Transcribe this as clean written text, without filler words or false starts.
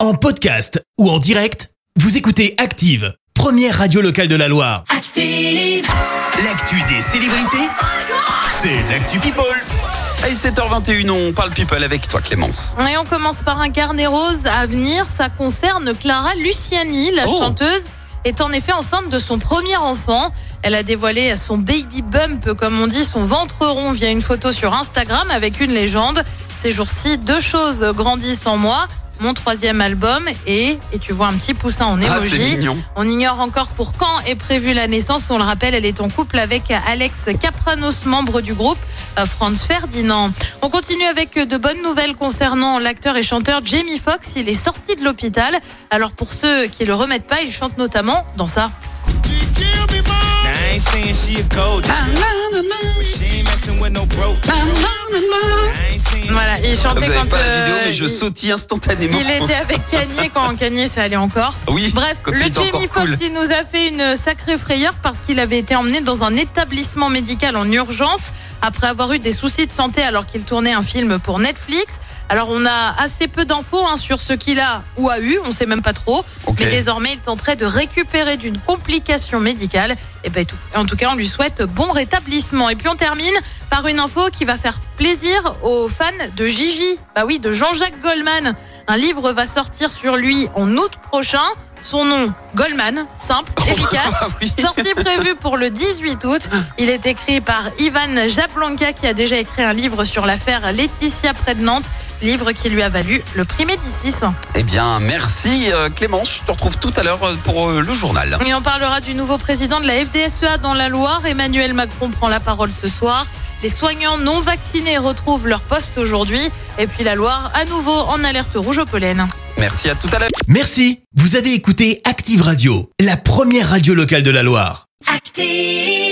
En podcast ou en direct, vous écoutez Active, première radio locale de la Loire. Active. L'actu des célébrités, c'est l'actu People. Allez, 7h21, on parle people avec toi Clémence. Et on commence par un carnet rose à venir. Ça concerne Clara Luciani, la chanteuse, est en effet enceinte de son premier enfant. Elle a dévoilé son baby bump, comme on dit, son ventre rond via une photo sur Instagram avec une légende. Ces jours-ci, 2 choses grandissent en moi. Mon 3e album et tu vois un petit poussin en Ah, emoji. c'est mignon. On ignore encore pour quand est prévue la naissance. On le rappelle, elle est en couple avec Alex Kapranos, membre du groupe Franz Ferdinand. On continue avec de bonnes nouvelles concernant l'acteur et chanteur Jamie Foxx. Il est sorti de l'hôpital. Alors pour ceux qui le remettent pas, il chante notamment dans ça. Voilà, il chantait Vous quand avez pas la vidéo, mais je sautille instantanément. il était avec Kanye quand Kanye ça allait encore. Oui, Bref, quand le il était encore Jamie Foxx, cool. il nous a fait une sacrée frayeur parce qu'il avait été emmené dans un établissement médical en urgence après avoir eu des soucis de santé alors qu'il tournait un film pour Netflix. Alors on a assez peu d'infos sur ce qu'il a ou a eu, on sait même pas trop. Ok. Mais désormais il tenterait de récupérer d'une complication médicale. Et en tout cas on lui souhaite bon rétablissement. Et puis on termine par une info qui va faire plaisir aux fans de Gigi. Bah oui, de Jean-Jacques Goldman. Un livre va sortir sur lui en août prochain. Son nom, Goldman, simple, efficace. Ah oui. Sortie prévue pour le 18 août. Il est écrit par Ivan Jablanka qui a déjà écrit un livre sur l'affaire Laetitia près de Nantes. Livre qui lui a valu le prix Médicis. Eh bien, merci Clémence. Je te retrouve tout à l'heure pour le journal. Et on parlera du nouveau président de la FDSEA dans la Loire. Emmanuel Macron prend la parole ce soir. Les soignants non vaccinés retrouvent leur poste aujourd'hui. Et puis la Loire, à nouveau en alerte rouge au pollen. Merci, à tout à l'heure. Merci, vous avez écouté Active Radio, la première radio locale de la Loire. Active.